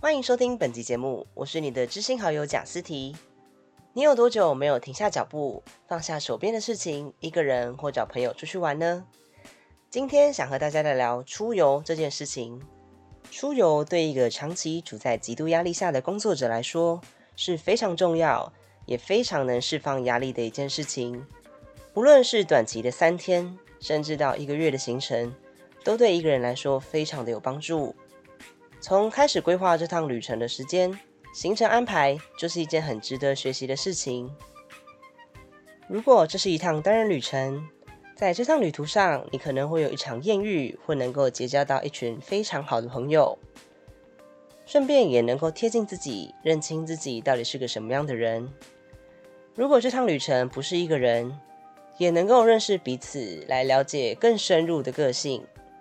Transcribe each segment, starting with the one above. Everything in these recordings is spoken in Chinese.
欢迎收听本集节目，我是你的知心好友贾思提。你有多久没有停下脚步，放下手边的事情，一个人或找朋友出去玩呢？今天想和大家聊聊出游这件事情。出游对一个长期处在极度压力下的工作者来说，是非常重要，也非常能释放压力的一件事情。无论是短期的3天，甚至到1个月的行程，都对一个人来说非常的有帮助。从开始规划这趟旅程的时间，行程安排就是一件很值得学习的事情。如果这是一趟单人旅程，在这趟旅途上，你可能会有一场艳遇，或能够结交到一群非常好的朋友，顺便也能够贴近自己，认清自己到底是个什么样的人。如果这趟旅程不是一个人，也能够认识彼此，来了解更深入的个性。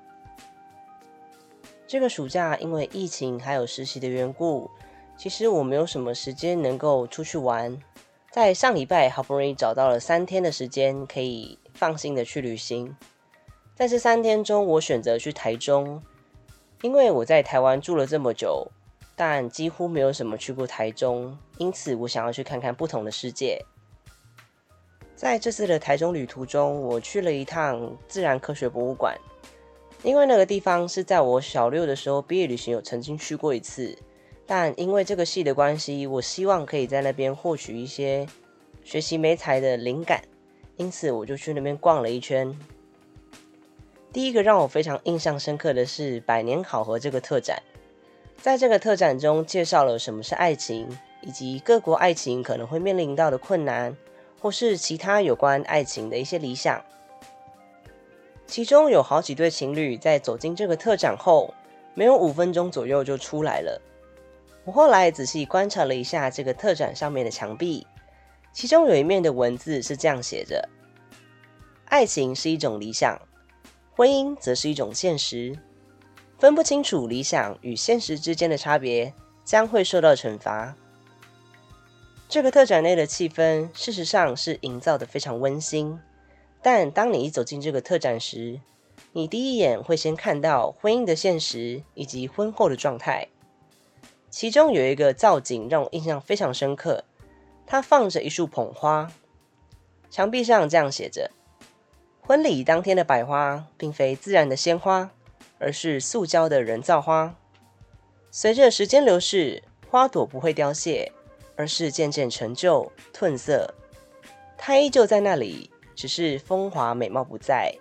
这个暑假因为疫情还有实习的缘故，其实我没有什么时间能够出去玩。在上礼拜好不容易找到了3天的时间，可以放心的去旅行。在这3天中，我选择去台中，因为我在台湾住了这么久，但几乎没有什么去过台中，因此我想要去看看不同的世界。在这次的台中旅途中，我去了一趟自然科学博物馆。因为那个地方是在我小6的时候毕业旅行有曾经去过一次，但因为这个系的关系，我希望可以在那边获取一些学习媒材的灵感，因此我就去那边逛了一圈。第一个让我非常印象深刻的是百年好合这个特展。在这个特展中介绍了什么是爱情，以及各国爱情可能会面临到的困难，或是其他有关爱情的一些理想。其中有好几对情侣在走进这个特展后，没有5分钟左右就出来了。我后来仔细观察了一下这个特展上面的墙壁，其中有一面的文字是这样写着：爱情是一种理想，婚姻则是一种现实。分不清楚理想与现实之间的差别，将会受到惩罚。这个特展内的气氛，事实上是营造得非常温馨。但当你一走进这个特展时，你第一眼会先看到婚姻的现实以及婚后的状态。其中有一个造景让我印象非常深刻，它放着一束捧花，墙壁上这样写着：婚礼当天的百花并非自然的鲜花，而是塑胶的人造花。随着时间流逝，花朵不会凋谢，而是渐渐陈旧褪色，它依旧在那里，只是风华美貌不在。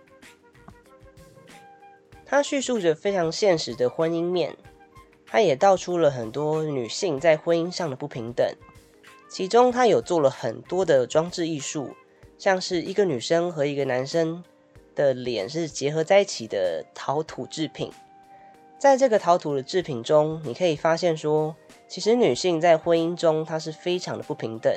他叙述着非常现实的婚姻面，他也道出了很多女性在婚姻上的不平等。其中他有做了很多的装置艺术，像是一个女生和一个男生的脸是结合在一起的陶土制品。在这个陶土的制品中，你可以发现说，其实女性在婚姻中她是非常的不平等。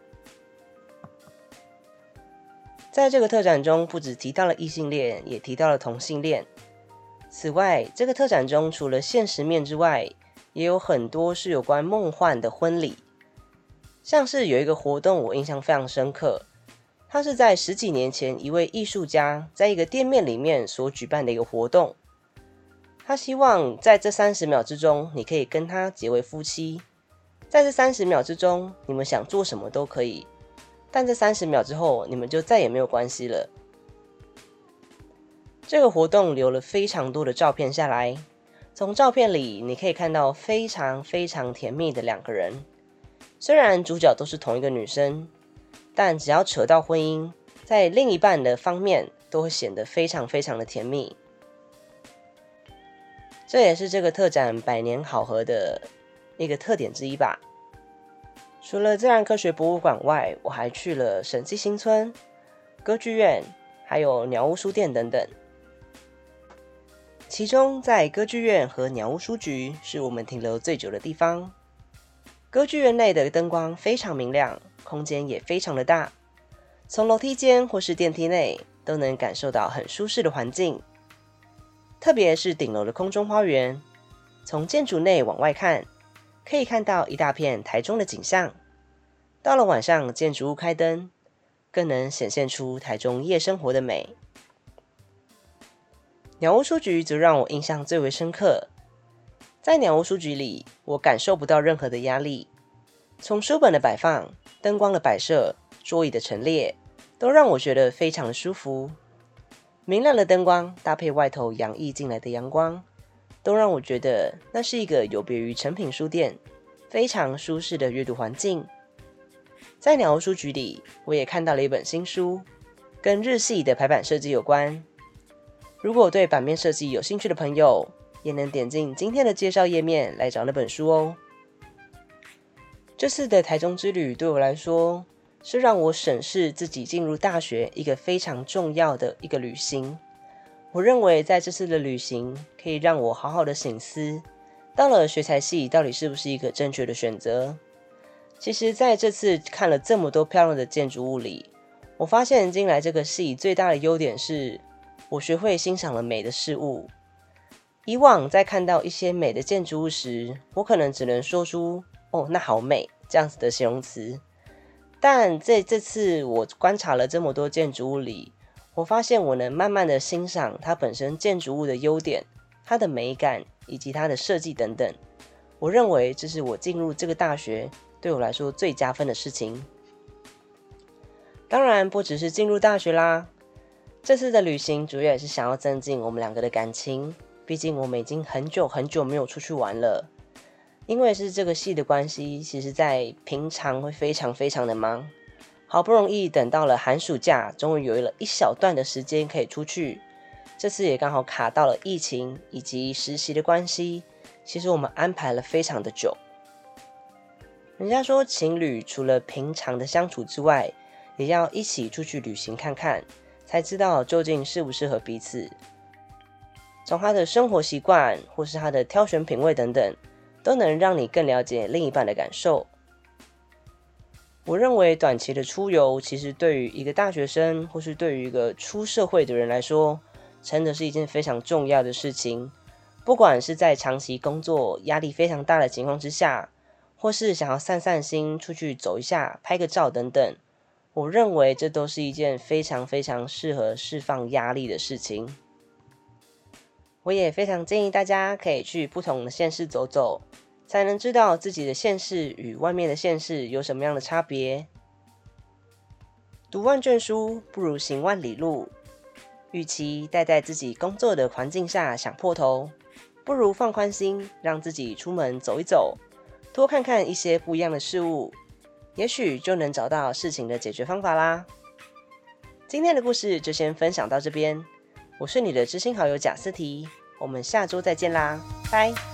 在这个特展中，不只提到了异性恋，也提到了同性恋。此外，这个特展中除了现实面之外，也有很多是有关梦幻的婚礼。像是有一个活动我印象非常深刻，它是在10几年前一位艺术家在一个店面里面所举办的一个活动。他希望在这30秒之中，你可以跟他结为夫妻。在这30秒之中，你们想做什么都可以，但这30秒之后，你们就再也没有关系了。这个活动留了非常多的照片下来，从照片里你可以看到非常非常甜蜜的2个人。虽然主角都是同一个女生，但只要扯到婚姻，在另一半的方面都会显得非常非常的甜蜜。这也是这个特展百年好合的一个特点之一吧。除了自然科学博物馆外，我还去了审计新村、歌剧院，还有鸟屋书店等等。其中在歌剧院和鸟屋书局是我们停留最久的地方。歌剧院内的灯光非常明亮，空间也非常的大，从楼梯间或是电梯内都能感受到很舒适的环境。特别是顶楼的空中花园，从建筑内往外看，可以看到一大片台中的景象。到了晚上，建筑物开灯，更能显现出台中夜生活的美。鸟屋书局则让我印象最为深刻， 在鸟屋书局里，我感受不到任何的压力，从书本的摆放、灯光的摆设、桌椅的陈列，都让我觉得非常的舒服。明亮的灯光搭配外头洋溢进来的阳光，都让我觉得那是一个有别于诚品书店非常舒适的阅读环境。在鸟屋书局里，我也看到了一本新书，跟日系的排版设计有关。如果对版面设计有兴趣的朋友，也能点进今天的介绍页面来找那本书哦。这次的台中之旅对我来说，是让我审视自己进入大学一个非常重要的一个旅行。我认为在这次的旅行可以让我好好的省思，到了学材系到底是不是一个正确的选择。其实在这次看了这么多漂亮的建筑物里，我发现进来这个系最大的优点是我学会欣赏了美的事物。以往在看到一些美的建筑物时，我可能只能说出那好美这样子的形容词，但在这次我观察了这么多建筑物里，我发现我能慢慢的欣赏它本身建筑物的优点，它的美感以及它的设计等等。我认为这是我进入这个大学对我来说最加分的事情。当然不只是进入大学啦，这次的旅行主要也是想要增进我们两个的感情，毕竟我们已经很久没有出去玩了。因为是这个系的关系，其实在平常会非常的忙，好不容易等到了寒暑假，终于有了一小段的时间可以出去。这次也刚好卡到了疫情以及实习的关系，其实我们安排了非常的久。人家说情侣除了平常的相处之外，也要一起出去旅行看看，才知道究竟适不适合彼此。从他的生活习惯或是他的挑选品味等等，都能让你更了解另一半的感受。我认为短期的出游，其实对于一个大学生或是对于一个出社会的人来说，真的是一件非常重要的事情。不管是在长期工作压力非常大的情况之下，或是想要散散心出去走一下拍个照等等，我认为这都是一件非常适合释放压力的事情。我也非常建议大家可以去不同的县市走走，才能知道自己的县市与外面的县市有什么样的差别。读万卷书不如行万里路，与其待在自己工作的环境下想破头，不如放宽心，让自己出门走一走，多看看一些不一样的事物，也许就能找到事情的解决方法啦。今天的故事就先分享到这边，我是你的知心好友贾斯提，我们下周再见啦，拜。